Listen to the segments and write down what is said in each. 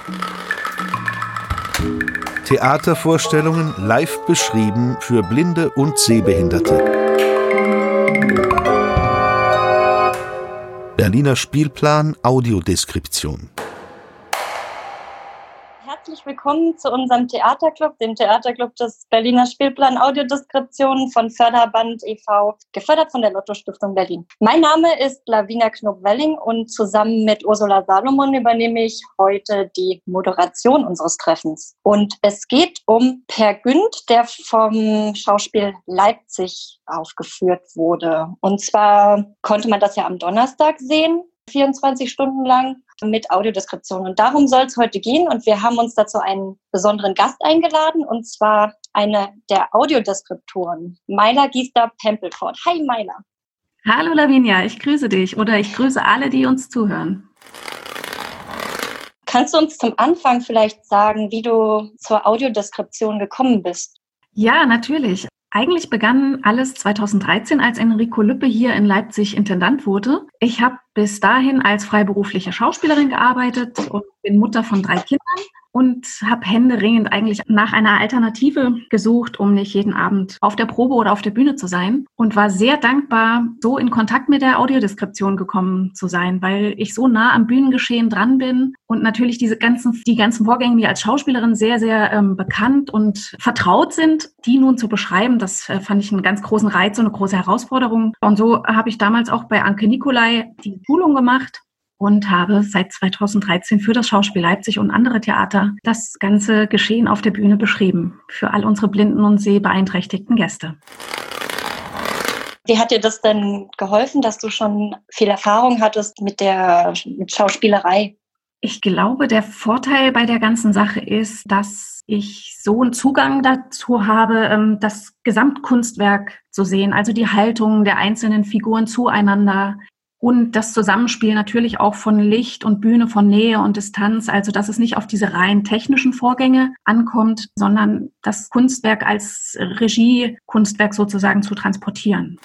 Theatervorstellungen live beschrieben für Blinde und Sehbehinderte. Berliner Spielplan Audiodeskription. Herzlich willkommen zu unserem Theaterclub, dem Theaterclub des Berliner Spielplan Audiodeskription von Förderband e.V., gefördert von der Lotto-Stiftung Berlin. Mein Name ist Lavinia Knob-Welling und zusammen mit Ursula Salomon übernehme ich heute die Moderation unseres Treffens. Und es geht um Peer Gynt, der vom Schauspiel Leipzig aufgeführt wurde. Und zwar konnte man das ja am Donnerstag sehen, 24 Stunden lang mit Audiodeskription. Und darum soll es heute gehen. Und wir haben uns dazu einen besonderen Gast eingeladen, und zwar eine der Audiodeskriptoren, Maila Giester-Pempelfort. Hi Maila. Hallo Lavinia, ich grüße dich oder ich grüße alle, die uns zuhören. Kannst du uns zum Anfang vielleicht sagen, wie du zur Audiodeskription gekommen bist? Ja, natürlich. Eigentlich begann alles 2013, als Enrico Lübbe hier in Leipzig Intendant wurde. Ich habe bis dahin als freiberufliche Schauspielerin gearbeitet und bin Mutter von 3 Kindern und habe händeringend eigentlich nach einer Alternative gesucht, um nicht jeden Abend auf der Probe oder auf der Bühne zu sein, und war sehr dankbar, so in Kontakt mit der Audiodeskription gekommen zu sein, weil ich so nah am Bühnengeschehen dran bin und natürlich die ganzen Vorgänge mir als Schauspielerin sehr, sehr bekannt und vertraut sind, die nun zu beschreiben. Das fand ich einen ganz großen Reiz und eine große Herausforderung. Und so habe ich damals auch bei Anke Nicolai die Schulung gemacht und habe seit 2013 für das Schauspiel Leipzig und andere Theater das ganze Geschehen auf der Bühne beschrieben, für all unsere blinden und sehbeeinträchtigten Gäste. Wie hat dir das denn geholfen, dass du schon viel Erfahrung hattest mit Schauspielerei? Ich glaube, der Vorteil bei der ganzen Sache ist, dass ich so einen Zugang dazu habe, das Gesamtkunstwerk zu sehen, also die Haltung der einzelnen Figuren zueinander und das Zusammenspiel natürlich auch von Licht und Bühne, von Nähe und Distanz, also dass es nicht auf diese rein technischen Vorgänge ankommt, sondern das Kunstwerk als Regiekunstwerk sozusagen zu transportieren.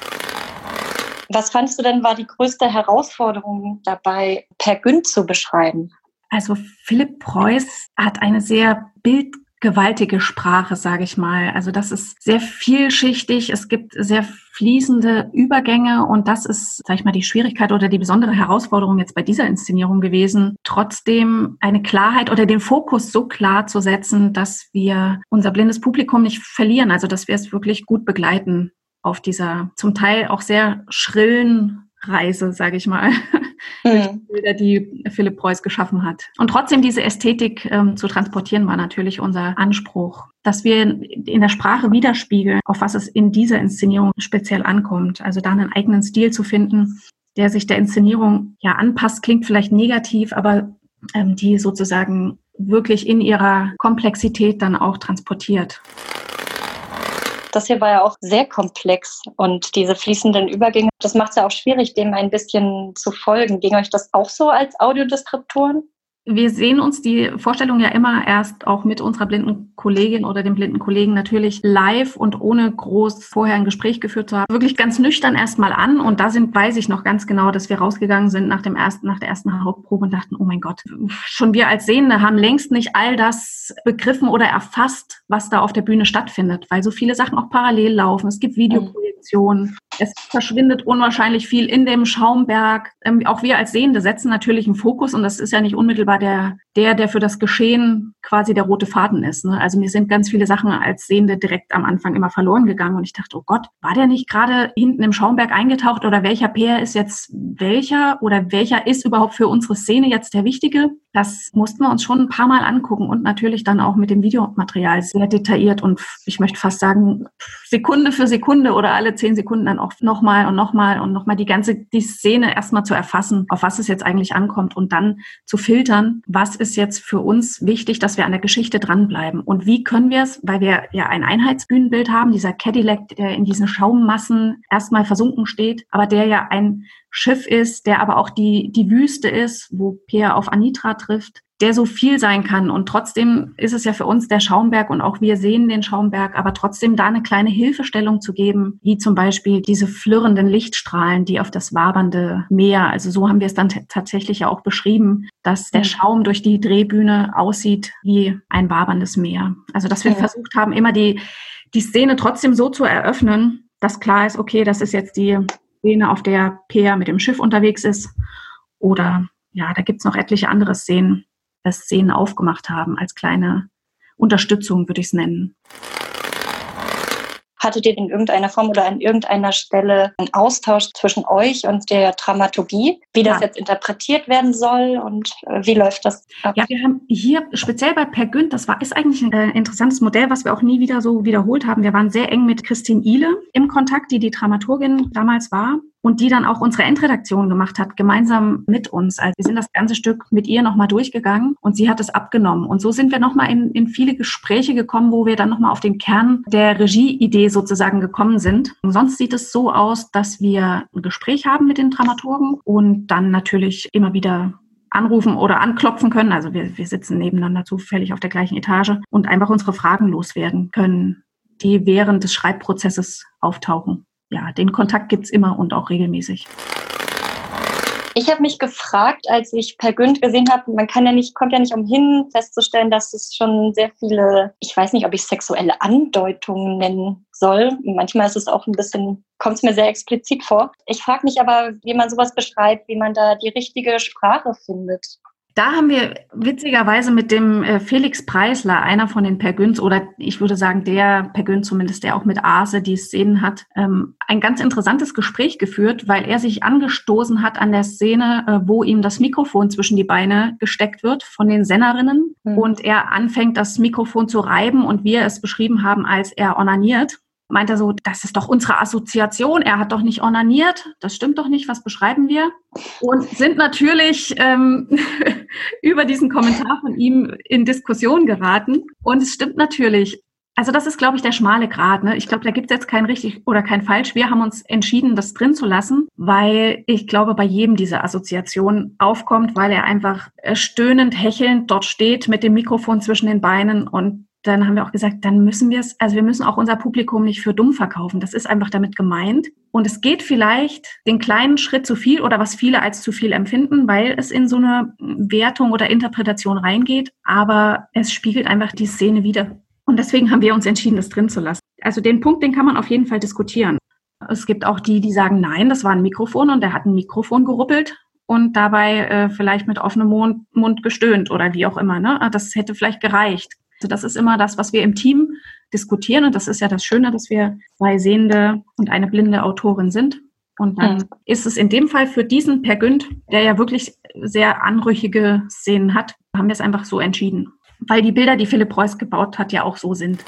Was fandst du denn war die größte Herausforderung dabei, Peer Gynt zu beschreiben? Also Philipp Preuß hat eine sehr bildgewaltige Sprache, sage ich mal. Also das ist sehr vielschichtig, es gibt sehr fließende Übergänge und das ist, sage ich mal, die Schwierigkeit oder die besondere Herausforderung jetzt bei dieser Inszenierung gewesen, trotzdem eine Klarheit oder den Fokus so klar zu setzen, dass wir unser blindes Publikum nicht verlieren, also dass wir es wirklich gut begleiten auf dieser zum Teil auch sehr schrillen Reise, sage ich mal, durch die Bilder, die Philipp Preuß geschaffen hat. Und trotzdem diese Ästhetik zu transportieren, war natürlich unser Anspruch, dass wir in der Sprache widerspiegeln, auf was es in dieser Inszenierung speziell ankommt. Also da einen eigenen Stil zu finden, der sich der Inszenierung ja anpasst, klingt vielleicht negativ, aber die sozusagen wirklich in ihrer Komplexität dann auch transportiert. Das hier war ja auch sehr komplex und diese fließenden Übergänge, das macht es ja auch schwierig, dem ein bisschen zu folgen. Ging euch das auch so als Audiodeskriptoren? Wir sehen uns die Vorstellung ja immer erst auch mit unserer blinden Kollegin oder dem blinden Kollegen natürlich live und ohne groß vorher ein Gespräch geführt zu haben. Wirklich ganz nüchtern erstmal an, und da weiß ich noch ganz genau, dass wir rausgegangen sind nach der ersten Hauptprobe und dachten, oh mein Gott, schon wir als Sehende haben längst nicht all das begriffen oder erfasst, was da auf der Bühne stattfindet, weil so viele Sachen auch parallel laufen. Es gibt Videoprojektionen. Es verschwindet unwahrscheinlich viel in dem Schaumberg. Auch wir als Sehende setzen natürlich einen Fokus, und das ist ja nicht unmittelbar der für das Geschehen quasi der rote Faden ist. Ne? Also mir sind ganz viele Sachen als Sehende direkt am Anfang immer verloren gegangen, und ich dachte, oh Gott, war der nicht gerade hinten im Schaumberg eingetaucht, oder welcher Peer ist jetzt welcher, oder welcher ist überhaupt für unsere Szene jetzt der Wichtige? Das mussten wir uns schon ein paar Mal angucken und natürlich dann auch mit dem Videomaterial sehr detailliert und ich möchte fast sagen, Sekunde für Sekunde oder alle 10 Sekunden dann auch nochmal die Szene erstmal zu erfassen, auf was es jetzt eigentlich ankommt, und dann zu filtern, was ist jetzt für uns wichtig, dass wir an der Geschichte dranbleiben und wie können wir es, weil wir ja ein Einheitsbühnenbild haben, dieser Cadillac, der in diesen Schaummassen erstmal versunken steht, aber der ja ein Schiff ist, der aber auch die Wüste ist, wo Peer auf Anitra trifft. der so viel sein kann. Und trotzdem ist es ja für uns der Schaumberg und auch wir sehen den Schaumberg, aber trotzdem da eine kleine Hilfestellung zu geben, wie zum Beispiel diese flirrenden Lichtstrahlen, die auf das wabernde Meer, also so haben wir es dann tatsächlich ja auch beschrieben, dass der Schaum durch die Drehbühne aussieht wie ein waberndes Meer. Also dass wir versucht haben, immer die Szene trotzdem so zu eröffnen, dass klar ist, okay, das ist jetzt die Szene, auf der Peer mit dem Schiff unterwegs ist. Oder ja, da gibt's noch etliche andere Szenen, dass Szenen aufgemacht haben als kleine Unterstützung, würde ich es nennen. Hattet ihr in irgendeiner Form oder an irgendeiner Stelle einen Austausch zwischen euch und der Dramaturgie, wie das jetzt interpretiert werden soll und wie läuft das ab? Ja, wir haben hier speziell bei Per Günd, ist eigentlich ein interessantes Modell, was wir auch nie wieder so wiederholt haben. Wir waren sehr eng mit Christine Ihle im Kontakt, die Dramaturgin damals war. Und die dann auch unsere Endredaktion gemacht hat, gemeinsam mit uns. Also wir sind das ganze Stück mit ihr nochmal durchgegangen und sie hat es abgenommen. Und so sind wir nochmal in viele Gespräche gekommen, wo wir dann nochmal auf den Kern der Regieidee sozusagen gekommen sind. Und sonst sieht es so aus, dass wir ein Gespräch haben mit den Dramaturgen und dann natürlich immer wieder anrufen oder anklopfen können. Also wir sitzen nebeneinander zufällig auf der gleichen Etage und einfach unsere Fragen loswerden können, die während des Schreibprozesses auftauchen. Ja, den Kontakt gibt's immer und auch regelmäßig. Ich habe mich gefragt, als ich Per Günd gesehen habe, kommt ja nicht umhin festzustellen, dass es schon sehr viele, ich weiß nicht, ob ich sexuelle Andeutungen nennen soll. Manchmal ist es auch kommt es mir sehr explizit vor. Ich frage mich aber, wie man sowas beschreibt, wie man da die richtige Sprache findet. Da haben wir witzigerweise mit dem Felix Preisler, einer von den Per Günds, oder ich würde sagen der Per Günd zumindest, der auch mit Ase die Szenen hat, ein ganz interessantes Gespräch geführt, weil er sich angestoßen hat an der Szene, wo ihm das Mikrofon zwischen die Beine gesteckt wird von den Sennerinnen und er anfängt, das Mikrofon zu reiben und wir es beschrieben haben, als er onaniert. Meint er so, das ist doch unsere Assoziation, er hat doch nicht onaniert, das stimmt doch nicht, was beschreiben wir? Und sind natürlich über diesen Kommentar von ihm in Diskussion geraten. Und es stimmt natürlich. Also das ist, glaube ich, der schmale Grat. Ne? Ich glaube, da gibt es jetzt kein richtig oder kein falsch. Wir haben uns entschieden, das drin zu lassen, weil ich glaube, bei jedem diese Assoziation aufkommt, weil er einfach stöhnend, hechelnd dort steht mit dem Mikrofon zwischen den Beinen und dann haben wir auch gesagt, dann müssen wir wir müssen auch unser Publikum nicht für dumm verkaufen. Das ist einfach damit gemeint. Und es geht vielleicht den kleinen Schritt zu viel oder was viele als zu viel empfinden, weil es in so eine Wertung oder Interpretation reingeht. Aber es spiegelt einfach die Szene wider. Und deswegen haben wir uns entschieden, das drin zu lassen. Also den Punkt, den kann man auf jeden Fall diskutieren. Es gibt auch die sagen, nein, das war ein Mikrofon und der hat ein Mikrofon geruppelt und dabei vielleicht mit offenem Mund gestöhnt oder wie auch immer. Ne? Das hätte vielleicht gereicht. Also das ist immer das, was wir im Team diskutieren. Und das ist ja das Schöne, dass wir 2 sehende und eine blinde Autorin sind. Und dann ist es in dem Fall für diesen Per Günd, der ja wirklich sehr anrüchige Szenen hat, haben wir es einfach so entschieden. Weil die Bilder, die Philipp Preuß gebaut hat, ja auch so sind.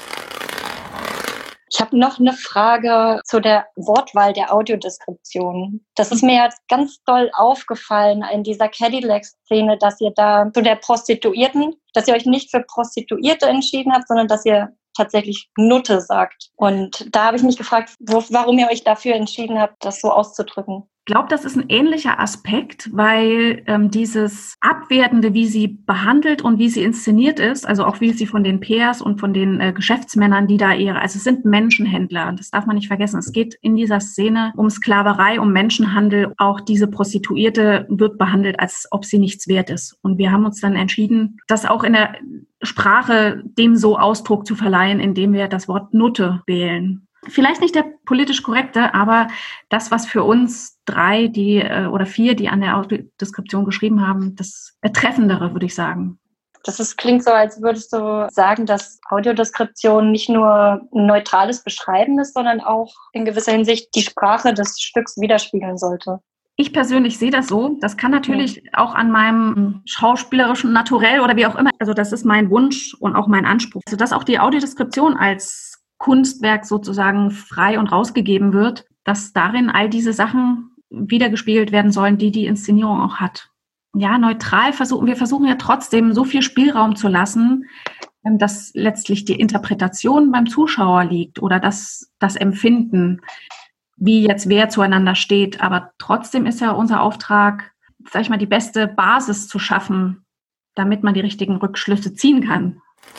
Ich habe noch eine Frage zu der Wortwahl der Audiodeskription. Das ist mir jetzt ganz doll aufgefallen in dieser Cadillac-Szene, dass ihr da zu der Prostituierten, dass ihr euch nicht für Prostituierte entschieden habt, sondern dass ihr tatsächlich Nutte sagt. Und da habe ich mich gefragt, warum ihr euch dafür entschieden habt, das so auszudrücken. Ich glaube, das ist ein ähnlicher Aspekt, weil dieses Abwertende, wie sie behandelt und wie sie inszeniert ist, also auch wie sie von den Peers und von den Geschäftsmännern, die da also es sind Menschenhändler, und das darf man nicht vergessen. Es geht in dieser Szene um Sklaverei, um Menschenhandel. Auch diese Prostituierte wird behandelt, als ob sie nichts wert ist. Und wir haben uns dann entschieden, das auch in der Sprache dem so Ausdruck zu verleihen, indem wir das Wort Nutte wählen. Vielleicht nicht der politisch korrekte, aber das, was für uns 3 oder 4, die an der Audiodeskription geschrieben haben, das Treffendere, würde ich sagen. Klingt so, als würdest du sagen, dass Audiodeskription nicht nur ein neutrales Beschreiben ist, sondern auch in gewisser Hinsicht die Sprache des Stücks widerspiegeln sollte. Ich persönlich sehe das so. Das kann natürlich auch an meinem schauspielerischen Naturell oder wie auch immer, also das ist mein Wunsch und auch mein Anspruch. Also dass auch die Audiodeskription als Kunstwerk sozusagen frei und rausgegeben wird, dass darin all diese Sachen wiedergespiegelt werden sollen, die Inszenierung auch hat. Ja, neutral wir versuchen ja trotzdem so viel Spielraum zu lassen, dass letztlich die Interpretation beim Zuschauer liegt oder das Empfinden, wie jetzt wer zueinander steht. Aber trotzdem ist ja unser Auftrag, sag ich mal, die beste Basis zu schaffen, damit man die richtigen Rückschlüsse ziehen kann.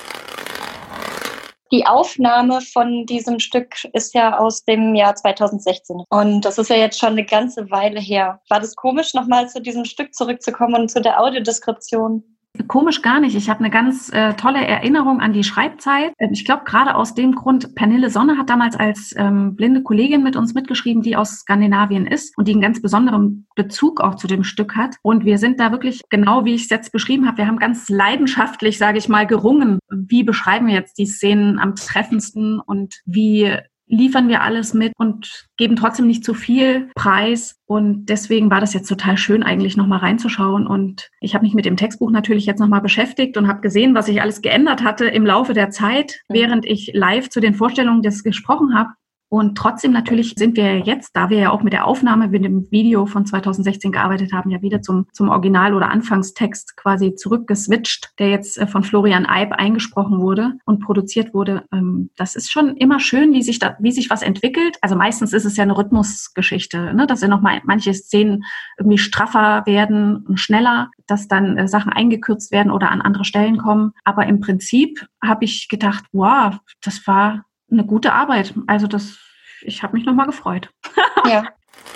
Die Aufnahme von diesem Stück ist ja aus dem Jahr 2016 und das ist ja jetzt schon eine ganze Weile her. War das komisch, nochmal zu diesem Stück zurückzukommen und zu der Audiodeskription? Komisch gar nicht. Ich habe eine ganz tolle Erinnerung an die Schreibzeit. Ich glaube, gerade aus dem Grund, Pernille Sonne hat damals als blinde Kollegin mit uns mitgeschrieben, die aus Skandinavien ist und die einen ganz besonderen Bezug auch zu dem Stück hat. Und wir sind da wirklich, genau wie ich es jetzt beschrieben habe, wir haben ganz leidenschaftlich, sage ich mal, gerungen. Wie beschreiben wir jetzt die Szenen am treffendsten und wie liefern wir alles mit und geben trotzdem nicht zu viel Preis. Und deswegen war das jetzt total schön, eigentlich nochmal reinzuschauen. Und ich habe mich mit dem Textbuch natürlich jetzt nochmal beschäftigt und habe gesehen, was sich alles geändert hatte im Laufe der Zeit, während ich live zu den Vorstellungen das gesprochen habe. Und trotzdem natürlich sind wir jetzt, da wir ja auch mit der Aufnahme, mit dem Video von 2016 gearbeitet haben, ja wieder zum Original- oder Anfangstext quasi zurückgeswitcht, der jetzt von Florian Eib eingesprochen wurde und produziert wurde. Das ist schon immer schön, wie sich was entwickelt. Also meistens ist es ja eine Rhythmusgeschichte, ne? Dass ja noch mal manche Szenen irgendwie straffer werden und schneller, dass dann Sachen eingekürzt werden oder an andere Stellen kommen. Aber im Prinzip habe ich gedacht, wow, das war eine gute Arbeit. Also ich habe mich nochmal gefreut. Ja.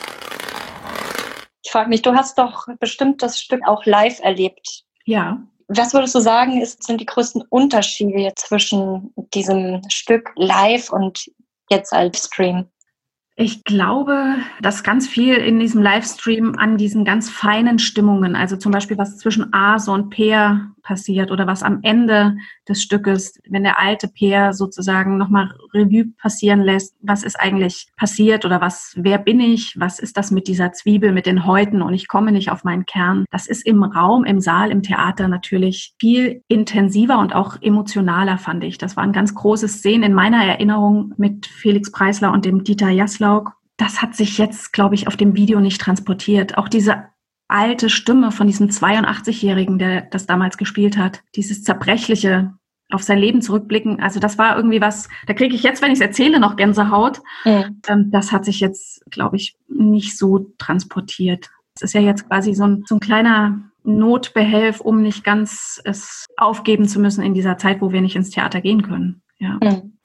Ich frage mich, du hast doch bestimmt das Stück auch live erlebt. Ja. Was würdest du sagen, sind die größten Unterschiede zwischen diesem Stück live und jetzt als Stream? Ich glaube, dass ganz viel in diesem Livestream an diesen ganz feinen Stimmungen, also zum Beispiel was zwischen Ase und Peer passiert oder was am Ende des Stückes, wenn der alte Peer sozusagen nochmal Revue passieren lässt, was ist eigentlich passiert oder wer bin ich, was ist das mit dieser Zwiebel, mit den Häuten und ich komme nicht auf meinen Kern. Das ist im Raum, im Saal, im Theater natürlich viel intensiver und auch emotionaler, fand ich. Das war ein ganz großes Szenen in meiner Erinnerung mit Felix Preisler und dem Dieter Jaslauk. Das hat sich jetzt, glaube ich, auf dem Video nicht transportiert. Auch diese alte Stimme von diesem 82-Jährigen, der das damals gespielt hat, dieses Zerbrechliche, auf sein Leben zurückblicken, also das war irgendwie was, da kriege ich jetzt, wenn ich es erzähle, noch Gänsehaut. Das hat sich jetzt, glaube ich, nicht so transportiert. Es ist ja jetzt quasi so ein kleiner Notbehelf, um nicht ganz es aufgeben zu müssen in dieser Zeit, wo wir nicht ins Theater gehen können. Ja.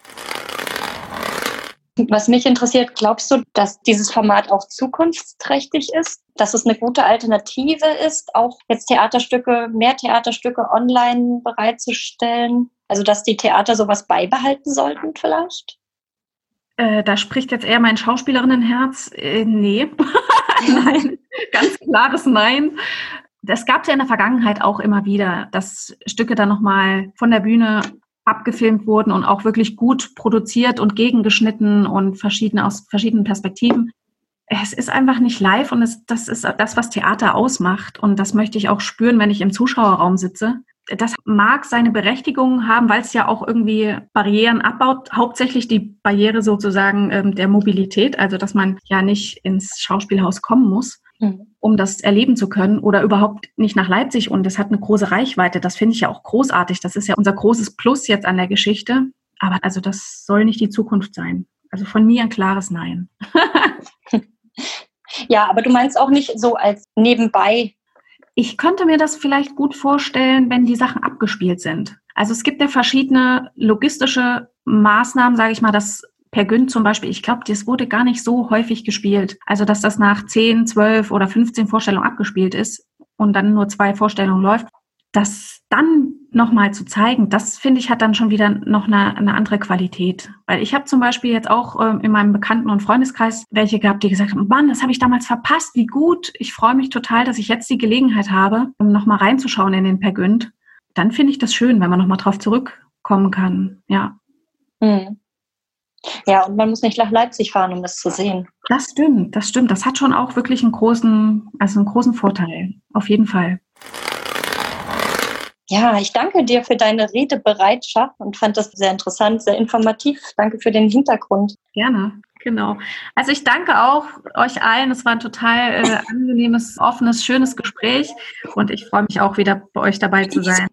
Was mich interessiert, glaubst du, dass dieses Format auch zukunftsträchtig ist? Dass es eine gute Alternative ist, auch jetzt mehr Theaterstücke online bereitzustellen? Also, dass die Theater sowas beibehalten sollten vielleicht? Da spricht jetzt eher mein Schauspielerinnenherz. Nee. Nein, ganz klares Nein. Das gab es ja in der Vergangenheit auch immer wieder, dass Stücke dann nochmal von der Bühne abgefilmt wurden und auch wirklich gut produziert und gegengeschnitten und aus verschiedenen Perspektiven. Es ist einfach nicht live und das ist das, was Theater ausmacht. Und das möchte ich auch spüren, wenn ich im Zuschauerraum sitze. Das mag seine Berechtigung haben, weil es ja auch irgendwie Barrieren abbaut. Hauptsächlich die Barriere sozusagen der Mobilität, also dass man ja nicht ins Schauspielhaus kommen muss, um das erleben zu können oder überhaupt nicht nach Leipzig. Und das hat eine große Reichweite. Das finde ich ja auch großartig. Das ist ja unser großes Plus jetzt an der Geschichte. Aber also das soll nicht die Zukunft sein. Also von mir ein klares Nein. Ja, aber du meinst auch nicht so als nebenbei. Ich könnte mir das vielleicht gut vorstellen, wenn die Sachen abgespielt sind. Also es gibt ja verschiedene logistische Maßnahmen, sage ich mal, dass Per Günd zum Beispiel, ich glaube, das wurde gar nicht so häufig gespielt. Also dass das nach 10, 12 oder 15 Vorstellungen abgespielt ist und dann nur 2 Vorstellungen läuft. Das dann nochmal zu zeigen, das finde ich, hat dann schon wieder noch eine andere Qualität. Weil ich habe zum Beispiel jetzt auch in meinem Bekannten- und Freundeskreis welche gehabt, die gesagt haben, Mann, das habe ich damals verpasst, wie gut. Ich freue mich total, dass ich jetzt die Gelegenheit habe, nochmal reinzuschauen in den Per Günd. Dann finde ich das schön, wenn man nochmal drauf zurückkommen kann. Ja. Ja, und man muss nicht nach Leipzig fahren, um das zu sehen. Das stimmt. Das hat schon auch wirklich einen großen Vorteil. Auf jeden Fall. Ja, ich danke dir für deine Redebereitschaft und fand das sehr interessant, sehr informativ. Danke für den Hintergrund. Gerne, genau. Also ich danke auch euch allen. Es war ein total angenehmes, offenes, schönes Gespräch und ich freue mich auch wieder bei euch dabei zu sein.